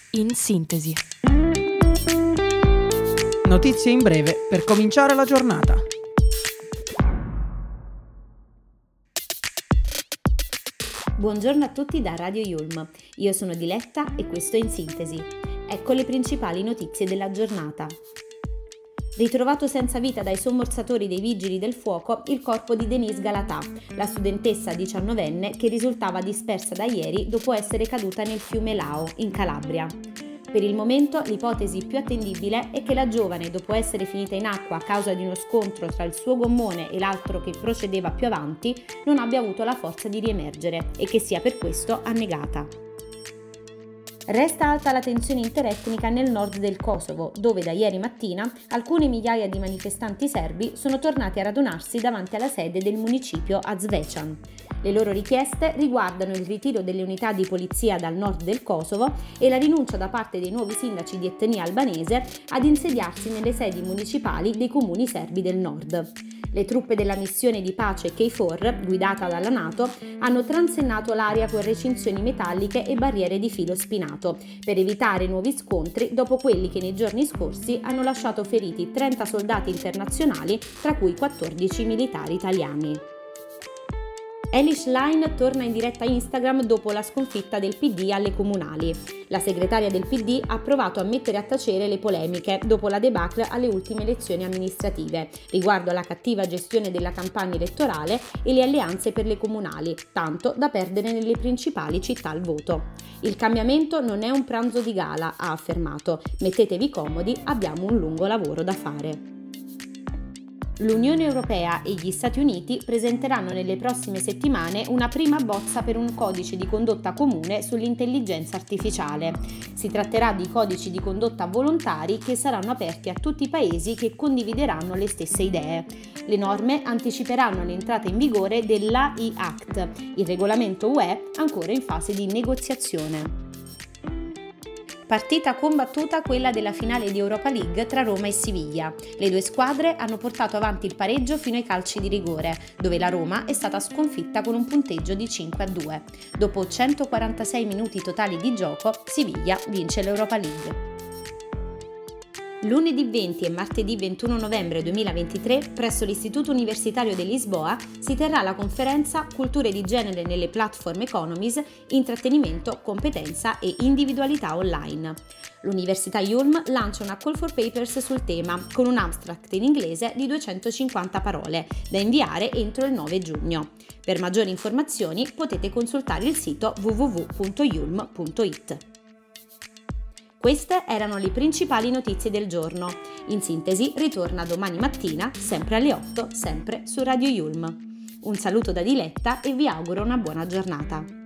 In sintesi. Notizie in breve per cominciare la giornata. Buongiorno a tutti da Radio Yulm. Io sono Diletta e questo è In Sintesi. Ecco le principali notizie della giornata. Ritrovato senza vita dai sommorsatori dei Vigili del Fuoco il corpo di Denise Galatà, la studentessa 19enne che risultava dispersa da ieri dopo essere caduta nel fiume Lao, in Calabria. Per il momento l'ipotesi più attendibile è che la giovane, dopo essere finita in acqua a causa di uno scontro tra il suo gommone e l'altro che procedeva più avanti, non abbia avuto la forza di riemergere e che sia per questo annegata. Resta alta la tensione interetnica nel nord del Kosovo, dove da ieri mattina alcune migliaia di manifestanti serbi sono tornati a radunarsi davanti alla sede del municipio a Zvečan. Le loro richieste riguardano il ritiro delle unità di polizia dal nord del Kosovo e la rinuncia da parte dei nuovi sindaci di etnia albanese ad insediarsi nelle sedi municipali dei comuni serbi del nord. Le truppe della missione di pace KFOR, guidata dalla NATO, hanno transennato l'area con recinzioni metalliche e barriere di filo spinato, per evitare nuovi scontri dopo quelli che nei giorni scorsi hanno lasciato feriti 30 soldati internazionali, tra cui 14 militari italiani. Elish Line torna in diretta Instagram dopo la sconfitta del PD alle comunali. La segretaria del PD ha provato a mettere a tacere le polemiche dopo la debacle alle ultime elezioni amministrative, riguardo alla cattiva gestione della campagna elettorale e le alleanze per le comunali, tanto da perdere nelle principali città il voto. Il cambiamento non è un pranzo di gala, ha affermato. Mettetevi comodi, abbiamo un lungo lavoro da fare. L'Unione Europea e gli Stati Uniti presenteranno nelle prossime settimane una prima bozza per un codice di condotta comune sull'intelligenza artificiale. Si tratterà di codici di condotta volontari che saranno aperti a tutti i paesi che condivideranno le stesse idee. Le norme anticiperanno l'entrata in vigore dell'AI Act, il regolamento UE ancora in fase di negoziazione. Partita combattuta quella della finale di Europa League tra Roma e Siviglia. Le due squadre hanno portato avanti il pareggio fino ai calci di rigore, dove la Roma è stata sconfitta con un punteggio di 5-2. Dopo 146 minuti totali di gioco, Siviglia vince l'Europa League. Lunedì 20 e martedì 21 novembre 2023, presso l'Istituto Universitario di Lisboa, si terrà la conferenza Culture di genere nelle platform economies, intrattenimento, competenza e individualità online. L'Università Yulm lancia una call for papers sul tema, con un abstract in inglese di 250 parole, da inviare entro il 9 giugno. Per maggiori informazioni potete consultare il sito www.yulm.it. Queste erano le principali notizie del giorno. In sintesi ritorna domani mattina, sempre alle 8, sempre su Radio Yulm. Un saluto da Diletta e vi auguro una buona giornata.